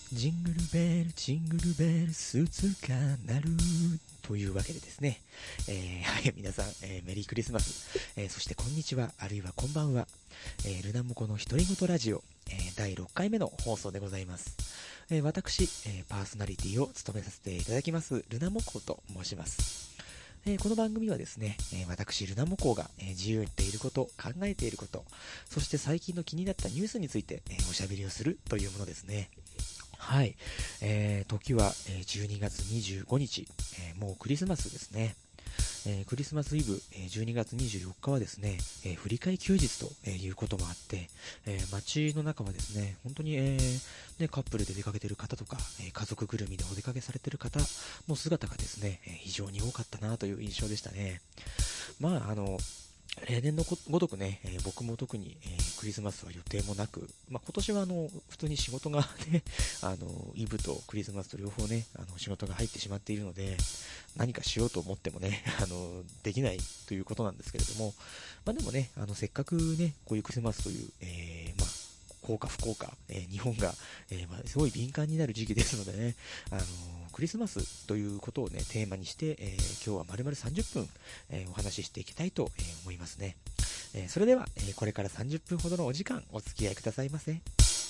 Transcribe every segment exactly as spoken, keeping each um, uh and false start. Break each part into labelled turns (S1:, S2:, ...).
S1: ジングルベルジングルベル鈴が鳴るというわけでですね、えー、はい皆さん、えー、メリークリスマス、えー、そしてこんにちはあるいはこんばんは、えー、ルナモコの独り言ラジオ、えー、だいろっかいめの放送でございます。えー、私、えー、パーソナリティを務めさせていただきますルナモコと申します。えー、この番組はですね、えー、私ルナモコが、えー、自由に言っていること、考えていること、そして最近の気になったニュースについて、えー、おしゃべりをするというものですね。はい。えー、時は、えー、じゅうにがつにじゅうごにち、えー、もうクリスマスですね。えー、クリスマスイブ、えー、じゅうにがつにじゅうよっかはですね、えー、振り替え休日ということもあって、えー、街の中はですね、本当に、えーね、カップルで出かけている方とか、えー、家族ぐるみでお出かけされている方の姿がですね、えー、非常に多かったなという印象でしたね。まあ、あの、例年のごとくね、えー僕も特に、えークリスマスは予定もなく、まあ、今年はあの、普通に仕事がね、あの、イブとクリスマスと両方ね、あの、仕事が入ってしまっているので、何かしようと思ってもね、あの、できないということなんですけれども、まあ、でもね、あの、せっかくね、こういうクリスマスという、えーまあ、幸か不幸か、えー日本が、えーまあ、すごい敏感になる時期ですのでね、あのクリスマスということをね、テーマにして、えー今日は丸々さんじゅっぷん、えーお話ししていきたいと、えー思いますね。えーそれでは、えーこれからさんじゅっぷんほどのお時間お付き合いくださいませ。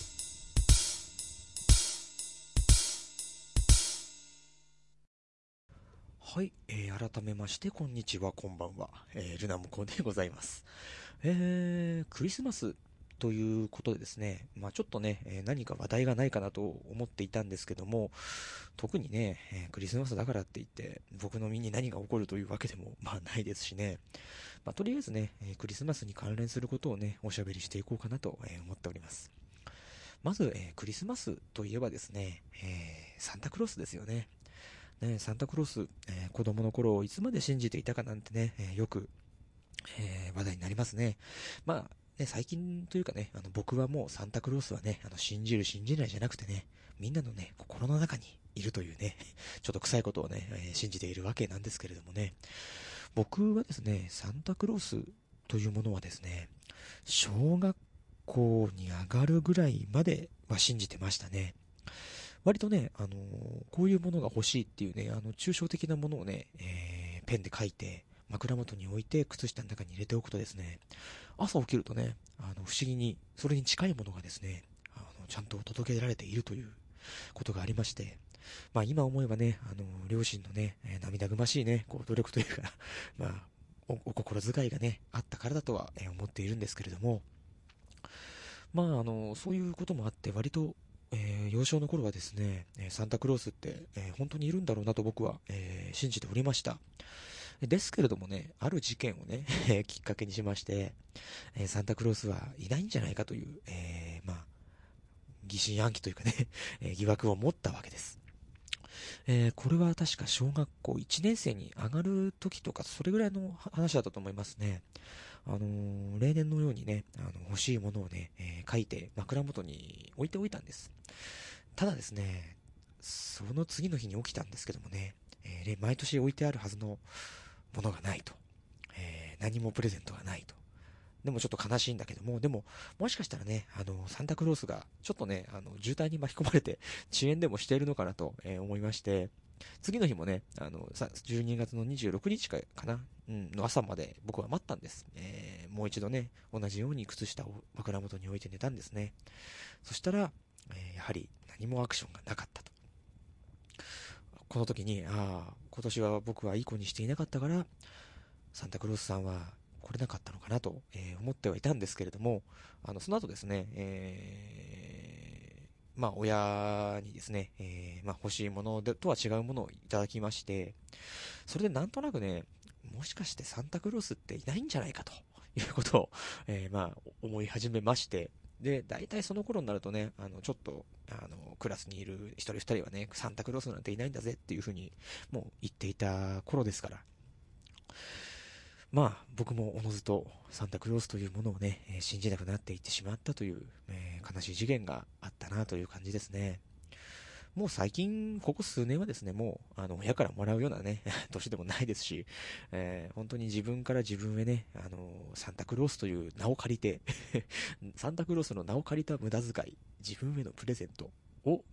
S1: はい、えー改めましてこんにちは、こんばんは、えールナムコでございます。えー、クリスマスということでですね、まあちょっとね、えー何か話題がないかなと思っていたんですけども、特にね、えークリスマスだからって言って僕の身に何が起こるというわけでもまあないですしね、まあ、とりあえずね、えークリスマスに関連することをね、おしゃべりしていこうかなと、えー思っております。まず、えークリスマスといえばですね、えーサンタクロースですよね。ね、サンタクロース、えー子供の頃いつまで信じていたかなんてね、えーよく、えー話題になりますね。まあ、ね、最近というかね、あの僕はもうサンタクロースはね、あの信じる信じないじゃなくてね、みんなのね、心の中にいるというね、ちょっと臭いことをね、えー信じているわけなんですけれどもね、僕はですね、サンタクロースというものはですね、小学校に上がるぐらいまでは信じてましたね。割とね、あのーこういうものが欲しいっていうね、あの、抽象的なものをね、えーペンで書いて、枕元に置いて、靴下の中に入れておくとですね、朝起きるとね、あの、不思議に、それに近いものがですね、あの、ちゃんと届けられているということがありまして、まあ今思えばね、あの、両親のね、えー涙ぐましいね、こう、努力というかまあ、お、お心遣いがね、あったからだとは、えー思っているんですけれども、まああの、そういうこともあって、割と、えー幼少の頃はですね、えーサンタクロースって、えー本当にいるんだろうなと僕は、えー信じておりました。ですけれどもね、ある事件をねきっかけにしまして、えーサンタクロースはいないんじゃないかという、えーまあ、疑心暗鬼というかねえー疑惑を持ったわけです。えーこれは確か小学校いちねん生に上がる時とか、それぐらいの話だったと思いますね。あのー例年のようにね、あの欲しいものをね、えー書いて枕元に置いておいたんです。ただですね、その次の日に起きたんですけどもね、えー毎年置いてあるはずのものがないと。えー何もプレゼントがないと。でもちょっと悲しいんだけども、でも、もしかしたらね、あの、サンタクロースが、ちょっとね、あの、渋滞に巻き込まれて、遅延でもしているのかなと、えー思いまして、次の日もね、あの、さ、じゅうにがつのにじゅうろくにちか、かな、うん、の朝まで僕は待ったんです。えーもう一度ね、同じように靴下を枕元に置いて寝たんですね。そしたら、えーやはり何もアクションがなかったと。この時に、ああ、今年は僕はいい子にしていなかったから、サンタクロースさんは来れなかったのかなと、えー思ってはいたんですけれども、あの、その後ですね、えーまあ、親にですね、えーまあ、欲しいものでとは違うものをいただきまして、それでなんとなくね、もしかしてサンタクロースっていないんじゃないかということを、えーまあ、思い始めまして、で、大体その頃になるとね、あの、ちょっと、あの、クラスにいる一人二人はね、サンタクロースなんていないんだぜっていうふうに、もう言っていた頃ですから、まあ、僕もおのずとサンタクロースというものをね、えー信じなくなっていってしまったという、えー悲しい事件があったなという感じですね。もう最近、ここ数年はですね、もう、あの、親からもらうようなね、年でもないですし、えー本当に自分から自分へね、あの、サンタクロースという名を借りてサンタクロースの名を借りた無駄遣い、自分へのプレゼントを、まあ、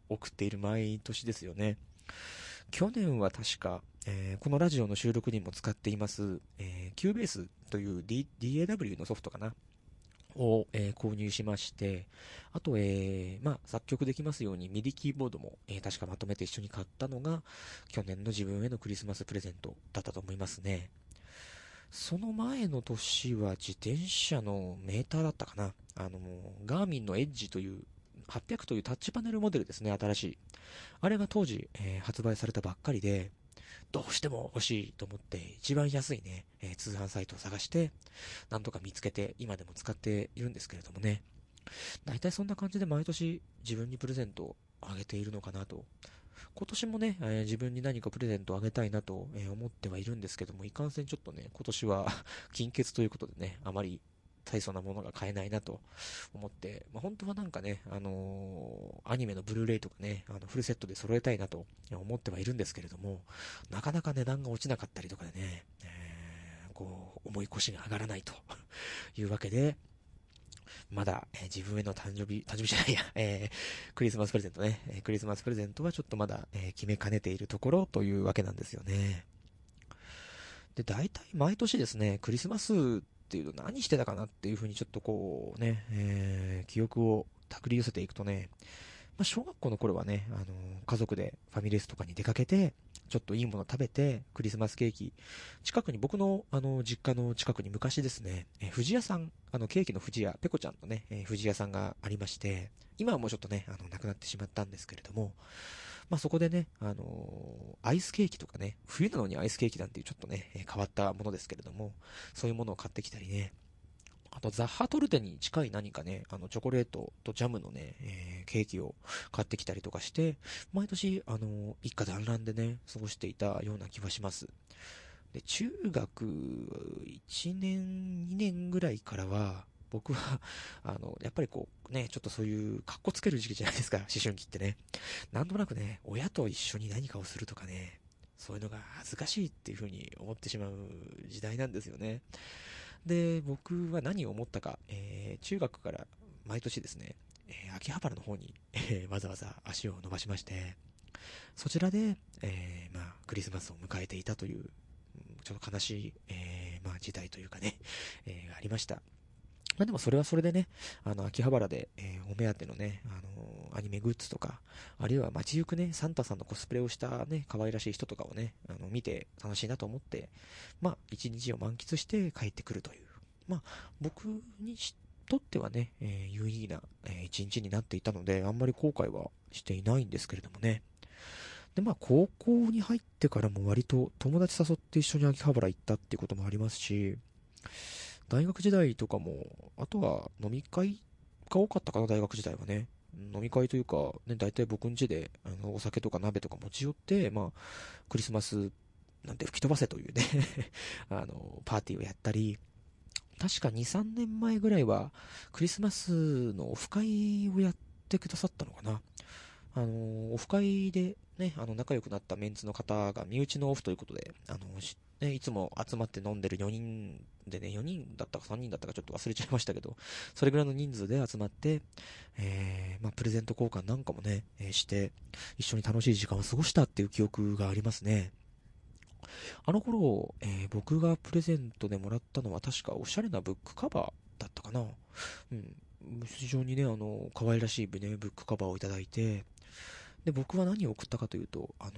S1: 送っている毎年ですよね。去年は確か、えーこのラジオの収録にも使っています、えー、キューベースという、D、ディーエーダブリュー のソフトかなを、えー購入しまして、あと、えーまあ、作曲できますようにミディキーボードも、えー確かまとめて一緒に買ったのが、去年の自分へのクリスマスプレゼントだったと思いますね。その前の年は自転車のメーターだったかな。あの、ガーミンのエッジという、はっぴゃくというタッチパネルモデルですね、新しい。あれが当時、えー発売されたばっかりで、どうしても欲しいと思って、一番安いね、えー通販サイトを探して、なんとか見つけて、今でも使っているんですけれどもね。大体そんな感じで毎年自分にプレゼントをあげているのかなと。今年もね、えー自分に何かプレゼントをあげたいなと、えー思ってはいるんですけども、いかんせんちょっとね、今年は金欠ということでね、あまり大層なものが買えないなと思って、まあ、本当はなんかね、あのーアニメのブルーレイとかね、あのフルセットで揃えたいなと思ってはいるんですけれども、なかなか値段が落ちなかったりとかでね、えーこう、重い腰が上がらないというわけで、まだ、えー自分への誕生日、誕生日じゃないや、えークリスマスプレゼントね、えークリスマスプレゼントはちょっとまだ、えー決めかねているところというわけなんですよね。で、大体毎年ですね、クリスマスっていうと何してたかなっていうふうにちょっとこうね、えー記憶を手繰り寄せていくとね、まあ、小学校の頃はね、あのー家族でファミレスとかに出かけて、ちょっといいもの食べて、クリスマスケーキ、近くに、僕の、あの、実家の近くに昔ですね、えー、富士屋さん、あの、ケーキの富士屋、ペコちゃんのね、えー、富士屋さんがありまして、今はもうちょっとね、あの、なくなってしまったんですけれども、まあ、そこでね、あのーアイスケーキとかね、冬なのにアイスケーキなんていうちょっとね、えー変わったものですけれども、そういうものを買ってきたりね、あと、ザッハトルテに近い何かね、あの、チョコレートとジャムのね、えーケーキを買ってきたりとかして、毎年、あの、一家団らんでね、過ごしていたような気はします。で、中学いちねん、にねんぐらいからは、僕は、あの、やっぱりこう、ね、ちょっとそういう、かっこつける時期じゃないですか、思春期ってね。なんとなくね、親と一緒に何かをするとかね、そういうのが恥ずかしいっていう風に思ってしまう時代なんですよね。で、僕は何を思ったか、えー中学から毎年ですね、えー秋葉原の方に、えーわざわざ足を伸ばしまして、そちらで、えーまあ、クリスマスを迎えていたという、うんちょっと悲しい、えーまあ、時代というかね、えーがありました。まあでもそれはそれでね、あの、秋葉原で、えーお目当てのね、あのーアニメグッズとか、あるいは街行くね、サンタさんのコスプレをしたね、可愛らしい人とかをね、あの、見て楽しいなと思って、まあ、一日を満喫して帰ってくるという。まあ、僕にしとってはね、えー有意義な、えー一日になっていたので、あんまり後悔はしていないんですけれどもね。で、まあ、高校に入ってからも割と友達誘って一緒に秋葉原行ったっていうこともありますし、大学時代とかも、あとは飲み会が多かったかな、大学時代はね。飲み会というか、ね、大体僕ん家で、あの、お酒とか鍋とか持ち寄って、まあ、クリスマスなんて吹き飛ばせというねあの、パーティーをやったり、確かに、さんねんまえぐらいは、クリスマスのオフ会をやってくださったのかな。あの、オフ会でね、あの、仲良くなったメンツの方が身内のオフということで、あの、しね、いつも集まって飲んでるよにんでね、よにんだったかさんにんだったかちょっと忘れちゃいましたけど、それぐらいの人数で集まって、えー、まあ、プレゼント交換なんかもね、えーして、一緒に楽しい時間を過ごしたっていう記憶がありますね。あの頃、えー僕がプレゼントでもらったのは確かおしゃれなブックカバーだったかな。うん。非常にね、あの、可愛らしいね、ブックカバーをいただいて、で、僕は何を送ったかというと、あのー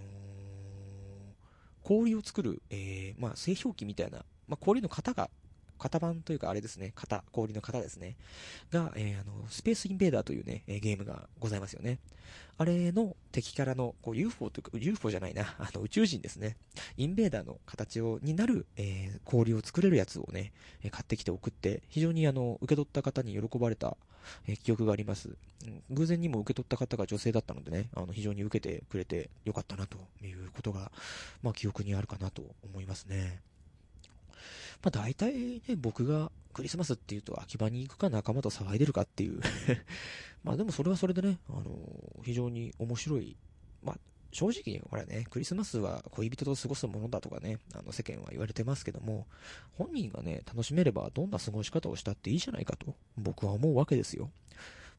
S1: 氷を作る、えー、まあ、製氷機みたいな、まあ、氷の型が、型番というかあれですね、型、氷の型ですね。が、えー、あの、スペースインベーダーというね、えーゲームがございますよね。あれの敵キャラの、こう ユーフォー というか、ユーフォー じゃないな、あの宇宙人ですね。インベーダーの形を、になる、えー氷を作れるやつをね、えー買ってきて送って、非常にあの、受け取った方に喜ばれた、えー記憶があります。うん偶然にも受け取った方が女性だったのでね、あの、非常に受けてくれてよかったなということが、まあ、記憶にあるかなと思いますね。まあ大体ね、僕がクリスマスっていうと秋葉に行くか仲間と騒いでるかっていうまあでもそれはそれでね、あのー非常に面白い。まあ正直、ほらね、クリスマスは恋人と過ごすものだとかね、あの世間は言われてますけども、本人がね、楽しめればどんな過ごし方をしたっていいじゃないかと僕は思うわけですよ。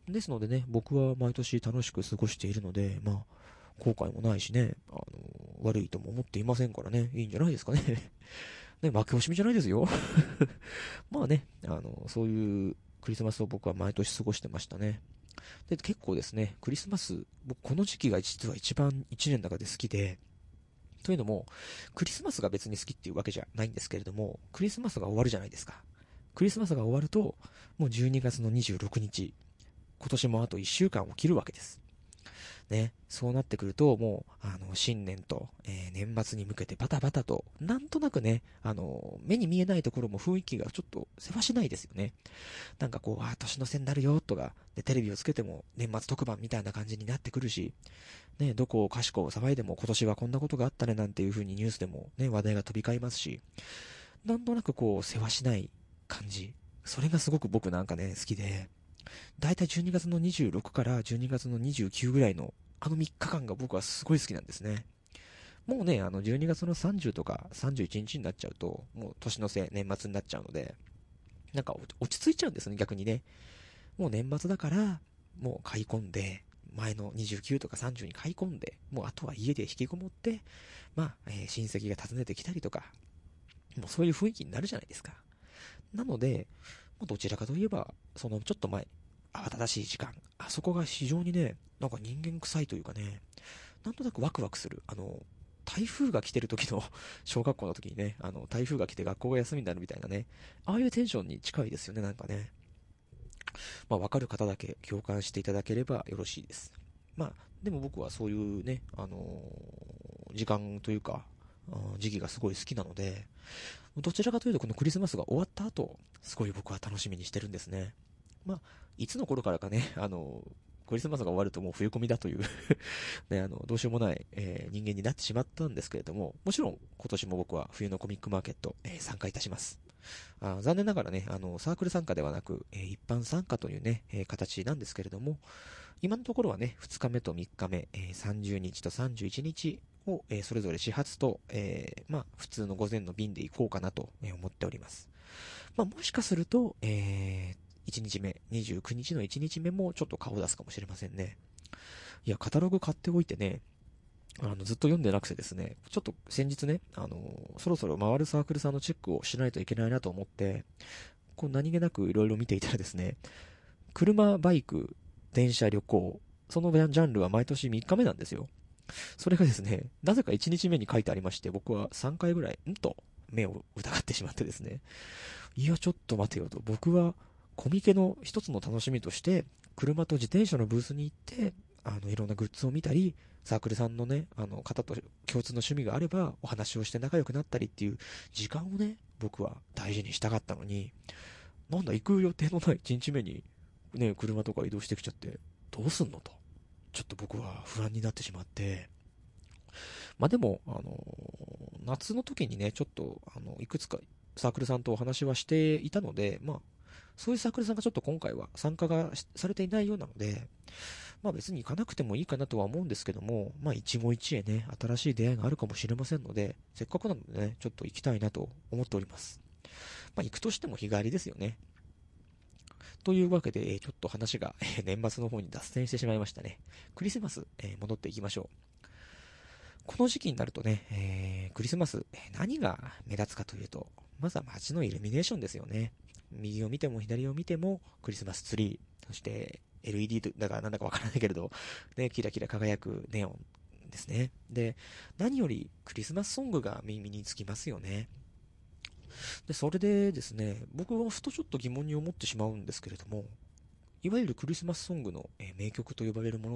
S1: ですのでね、僕は毎年楽しく過ごしているので、まあ、後悔もないしね、あの、悪いとも思っていませんからね、いいんじゃないですかね。ね、負け惜しみじゃないですよ。まあね、あの、そういうクリスマスを僕は毎年過ごしてましたね。で、結構ですね、クリスマス、僕この時期が実は一番一年の中で好きで、というのも、クリスマスが別に好きっていうわけじゃないんですけれども、クリスマスが終わるじゃないですか。クリスマスが終わると、もうじゅうにがつのにじゅうろくにち、今年もあといっしゅうかんを切るわけです。ね、そうなってくると、もう、あの、新年と、えー年末に向けてバタバタと、なんとなくね、あの、目に見えないところも雰囲気がちょっとせわしないですよね。なんかこう、ああ、年の瀬になるよ、とか、で、テレビをつけても年末特番みたいな感じになってくるし、ね、どこをかしこ騒いでも今年はこんなことがあったねなんていう風にニュースでもね、話題が飛び交いますし、なんとなくこう、せわしない感じ。それがすごく僕なんかね、好きで、だいたいじゅうにがつのにじゅうろくからじゅうにがつのにじゅうくぐらいのあのみっかかんが僕はすごい好きなんですね。もうね、あのじゅうにがつのさんじゅうとかさんじゅういちにちになっちゃうと、もう年の瀬、年末になっちゃうので、なんか落ち着いちゃうんですね、逆にね。もう年末だから、もう買い込んで、前のにじゅうくとかさんじゅうに買い込んで、もうあとは家で引きこもって、まあ、えー親戚が訪ねてきたりとか、もうそういう雰囲気になるじゃないですか。なので、もうどちらかといえば、そのちょっと前、慌ただしい時間、あそこが非常にね、なんか人間臭いというかね、なんとなくワクワクする。あの、台風が来てる時の小学校の時にね、あの、台風が来て学校が休みになるみたいなね、ああいうテンションに近いですよね、なんかね。まあ、わかる方だけ共感していただければよろしいです。まあ、でも僕はそういうね、あのー時間というか、時期がすごい好きなので、どちらかというとこのクリスマスが終わった後、すごい僕は楽しみにしてるんですね。まあ、いつの頃からかね、あの、クリスマスが終わるともう冬込みだというね、あの、どうしようもない、えー人間になってしまったんですけれども、もちろん今年も僕は冬のコミックマーケット、えー参加いたします。あ残念ながらね、あの、サークル参加ではなく、えー一般参加というね、えー形なんですけれども、今のところはね、ふつかめとみっかめ、えーさんじゅうにちとさんじゅういちにちを、えーそれぞれ始発と、えーまあ、普通の午前の便で行こうかなとえー思っております。まあ、もしかすると、えー、いちにちめ、にじゅうくにちのいちにちめもちょっと顔を出すかもしれませんね。いや、カタログ買っておいてね、あの、ずっと読んでなくてですね、ちょっと先日ね、あのーそろそろ回るサークルさんのチェックをしないといけないなと思って、こう何気なくいろいろ見ていたらですね、車、バイク、電車、旅行、そのジャンルは毎年みっかめなんですよ。それがですね、なぜかいちにちめに書いてありまして、僕はさんかいぐらい、んと目を疑ってしまってですね、いや、ちょっと待てよと、僕はコミケの一つの楽しみとして、車と自転車のブースに行って、あの、いろんなグッズを見たり、サークルさんのね、あの、方と共通の趣味があれば、お話をして仲良くなったりっていう時間をね、僕は大事にしたかったのに、なんだ、行く予定のないいちにちめに、ね、車とか移動してきちゃって、どうすんのと。ちょっと僕は不安になってしまって、まあでも、あのー夏の時にね、ちょっと、あの、いくつかサークルさんとお話はしていたので、まあ、そういうサークルさんがちょっと今回は参加がされていないようなので、まあ別に行かなくてもいいかなとは思うんですけども、まあ一期一会ね、新しい出会いがあるかもしれませんので、せっかくなのでね、ちょっと行きたいなと思っております。まあ行くとしても日帰りですよね。というわけで、ちょっと話が年末の方に脱線してしまいましたね。クリスマス、えー戻っていきましょう。この時期になるとね、えークリスマス、何が目立つかというと、まずは街のイルミネーションですよね。右を見ても左を見てもクリスマスツリー、そして エルイーディー だかなんだかわからないけれど、ね、キラキラ輝くネオンですね。で、何よりクリスマスソングが耳につきますよね。で、それでですね、僕はふとちょっと疑問に思ってしまうんですけれども、いわゆるクリスマスソングの、えー名曲と呼ばれるものって、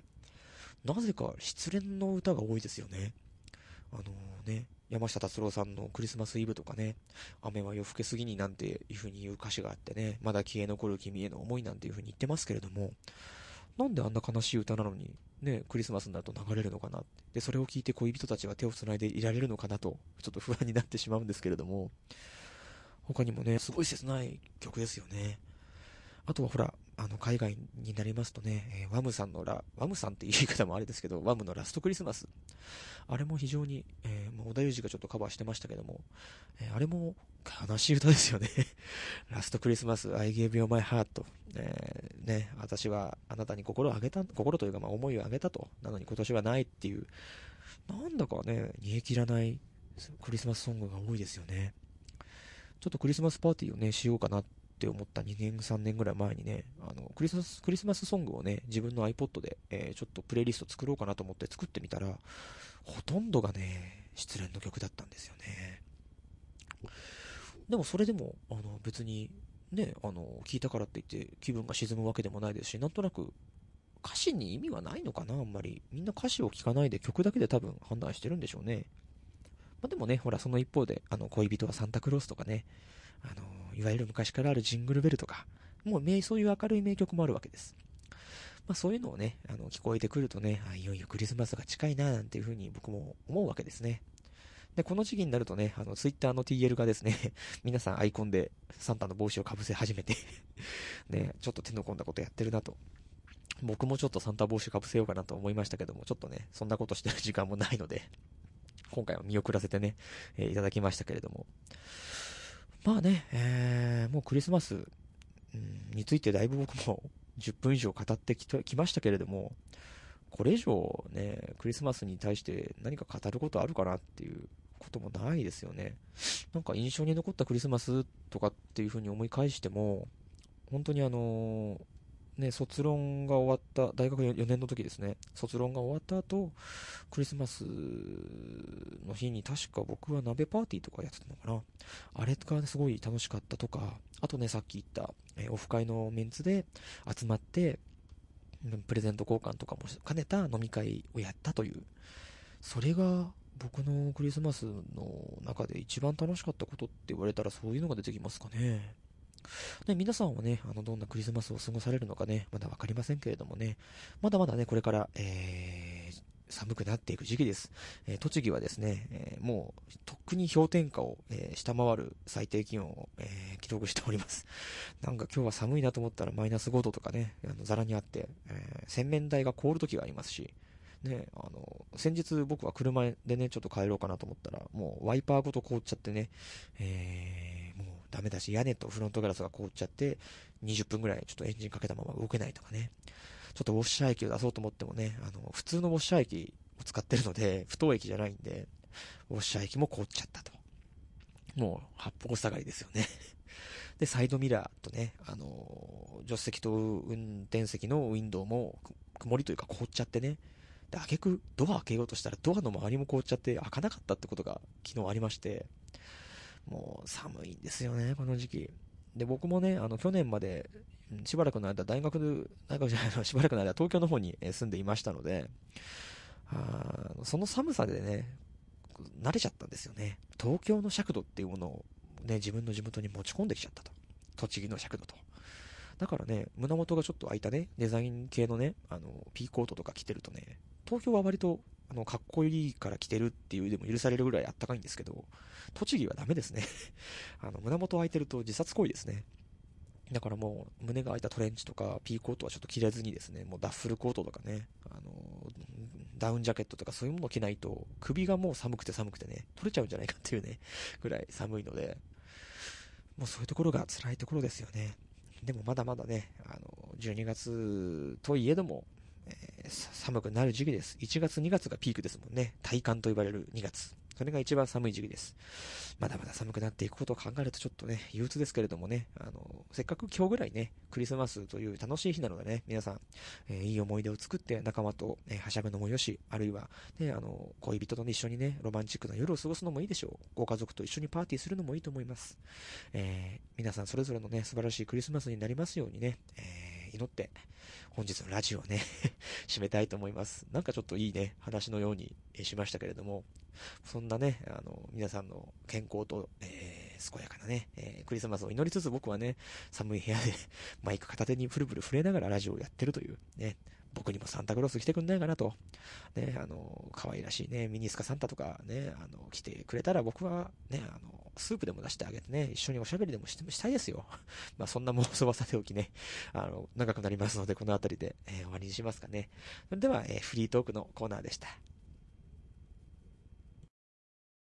S1: なぜか失恋の歌が多いですよね。あのね、山下達郎さんのクリスマスイブとかね、雨は夜更けすぎになんていう風に言う歌詞があってね、まだ消え残る君への思いなんていう風に言ってますけれども、なんであんな悲しい歌なのに、ね、クリスマスになると流れるのかな。で、それを聞いて恋人たちは手を繋いでいられるのかなと、ちょっと不安になってしまうんですけれども、他にもね、すごい切ない曲ですよね。あとはほら、あの、海外になりますとね、えーワムさんのラ、ワムさんっていう言い方もあれですけど、ワムのラストクリスマス。あれも非常に、えーまあ、織田裕二がちょっとカバーしてましたけども、えーあれも悲しい歌ですよね。ラストクリスマス、I gave you my heart、えーね、私はあなたに心をあげた、心というかまあ思いをあげたと、なのに今年はないっていう、なんだかね、煮え切らないクリスマスソングが多いですよね。ちょっとクリスマスパーティーをね、しようかなって思ったにねん、さんねんぐらい前にね、あの、クリスマス、クリスマスソングをね、自分の iPod で、えーちょっとプレイリスト作ろうかなと思って作ってみたら、ほとんどがね、失恋の曲だったんですよね。でもそれでも、あの、別に、ね、あの、聞いたからって言って気分が沈むわけでもないですし、なんとなく歌詞に意味はないのかな、あんまり。みんな歌詞を聞かないで曲だけで多分判断してるんでしょうね。まあ、でもね、ほら、その一方で、あの、恋人はサンタクロースとかね、あの、いわゆる昔からあるジングルベルとか、もう名、そういう明るい名曲もあるわけです。まあそういうのをね、あの、聞こえてくるとね、あ、いよいよクリスマスが近いな、なんていうふうに僕も思うわけですね。で、この時期になるとね、あの、ツイッターの ティーエル がですね、皆さんアイコンでサンタの帽子をかぶせ始めてね、ちょっと手の込んだことやってるなと。僕もちょっとサンタ帽子かぶせようかなと思いましたけども、ちょっとね、そんなことしてる時間もないので、今回は見送らせてね、えーいただきましたけれども。まあね、えーもうクリスマス、うん、についてだいぶ僕もじゅっぷん以上語ってきてきましたけれども、これ以上ね、クリスマスに対して何か語ることあるかなっていうこともないですよね。なんか印象に残ったクリスマスとかっていうふうに思い返しても、本当にあのーね、卒論が終わった、大学よねんの時ですね、卒論が終わった後、クリスマスの日に確か僕は鍋パーティーとかやってたのかな。あれがすごい楽しかったとか、あとね、さっき言った、えーオフ会のメンツで集まって、プレゼント交換とかも兼ねた飲み会をやったという、それが僕のクリスマスの中で一番楽しかったことって言われたらそういうのが出てきますかね。で、皆さんはね、あの、どんなクリスマスを過ごされるのかね、まだわかりませんけれどもね、まだまだね、これから、えー、寒くなっていく時期です。えー栃木はですね、えーもう、とっくに氷点下を、えー下回る最低気温を、えー記録しております。なんか今日は寒いなと思ったらマイナスごどとかね、あの、ざらにあって、えー洗面台が凍る時がありますし、ね、あの、先日僕は車でね、ちょっと帰ろうかなと思ったら、もうワイパーごと凍っちゃってね、えー、もうダメだし、屋根とフロントガラスが凍っちゃって、にじゅっぷんぐらいちょっとエンジンかけたまま動けないとかね、ちょっとウォッシャー液を出そうと思ってもね、あの、普通のウォッシャー液を使ってるので、不凍液じゃないんで、ウォッシャー液も凍っちゃったと。もう、八方塞がりですよね。で、サイドミラーとね、あのー助手席と運転席のウィンドウも曇りというか凍っちゃってね。で、挙句ドア開けようとしたらドアの周りも凍っちゃって開かなかったってことが昨日ありまして、もう寒いんですよね、この時期。で、僕もね、あの、去年まで、うんしばらくの間、大学、大学じゃないの、しばらくの間、東京の方にえー住んでいましたので、あーその寒さでね、慣れちゃったんですよね。東京の尺度っていうものをね、自分の地元に持ち込んできちゃったと。栃木の尺度と。だからね、胸元がちょっと開いたね、デザイン系のね、あの、ピーコートとか着てるとね、東京は割と、あの、かっこいいから着てるっていうでも許されるぐらいあったかいんですけど、栃木はダメですね。あの、胸元開いてると自殺行為ですね。だからもう、胸が開いたトレンチとか、ピーコートはちょっと着れずにですね、もうダッフルコートとかね、あの、ダウンジャケットとかそういうものを着ないと、首がもう寒くて寒くてね、取れちゃうんじゃないかっていうね、ぐらい寒いので、もうそういうところが辛いところですよね。でもまだまだね、あの、じゅうにがつといえども、えー寒くなる時期です。いちがつ、にがつがピークですもんね。体感と言われるにがつ。それが一番寒い時期です。まだまだ寒くなっていくことを考えるとちょっとね、憂鬱ですけれどもね、あの、せっかく今日ぐらいね、クリスマスという楽しい日なのでね、皆さん、えーいい思い出を作って仲間と、えーはしゃぐのもよし、あるいは、ね、あの、恋人と一緒にね、ロマンチックな夜を過ごすのもいいでしょう。ご家族と一緒にパーティーするのもいいと思います。えー皆さんそれぞれのね、素晴らしいクリスマスになりますようにね、えー祈って、本日のラジオをね締めたいと思います。なんかちょっといいね、話のようにしましたけれども、そんなね、あの、皆さんの健康と、えー、健やかなね、えークリスマスを祈りつつ僕はね、寒い部屋でマイク片手にプルプル震えながらラジオをやってるという、ね、僕にもサンタクロース来てくんないかなと、ね、あの、可愛らしいね、ミニスカサンタとかね、あの、来てくれたら僕はね、あの、スープでも出してあげてね、一緒におしゃべりでもしてしたいですよ。まあそんな妄想はさておきね、あの、長くなりますので、この辺りで、えー終わりにしますかね。それでは、えーフリートークのコーナーでした。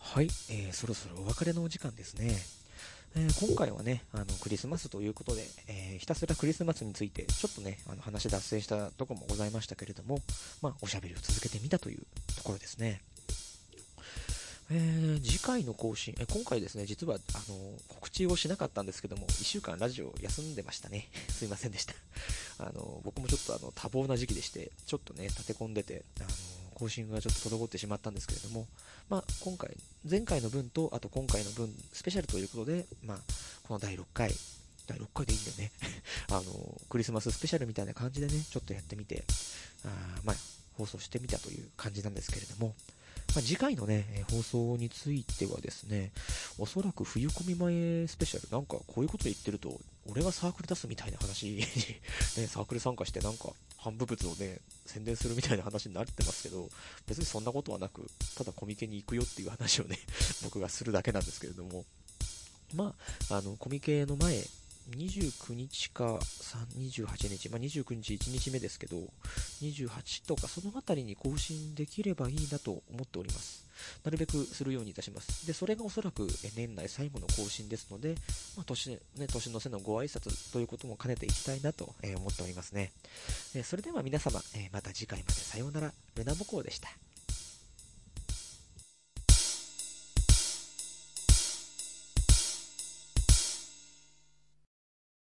S1: はい、えー、そろそろお別れのお時間ですね。えー今回はね、あの、クリスマスということで、えーひたすらクリスマスについて、ちょっとね、あの、話脱線したところもございましたけれども、まあ、おしゃべりを続けてみたというところですね。えー次回の更新、え今回ですね、実は、あの、告知をしなかったんですけども、いっしゅうかんラジオ休んでましたね。すいませんでした。あの、僕もちょっとあの、多忙な時期でして、ちょっとね、立て込んでて、あの、更新がちょっと滞ってしまったんですけれども、まあ、今回、前回の分と、あと今回の分、スペシャルということで、まあ、このだいろっかい、だいろっかいでいいんだよね。あの、クリスマススペシャルみたいな感じでね、ちょっとやってみて、あーまあ、放送してみたという感じなんですけれども、まあ、次回のね、えー放送についてはですね、おそらく冬込み前スペシャル、なんかこういうこと言ってると、俺がサークル出すみたいな話にね、サークル参加してなんか、販布物をね、宣伝するみたいな話になってますけど、別にそんなことはなく、ただコミケに行くよっていう話をね、僕がするだけなんですけれども、まあ、あの、コミケの前、にじゅうくにちかにじゅうはちにち、まあ、にじゅうくにちいちにちめですけど、にじゅうはちとかそのあたりに更新できればいいなと思っております。なるべくするようにいたします。で、それがおそらくえ年内最後の更新ですので、まあ、年、ね、年の瀬のご挨拶ということも兼ねていきたいなとえー思っておりますね。えーそれでは皆様、えーまた次回までさようなら、ルナボコウでした。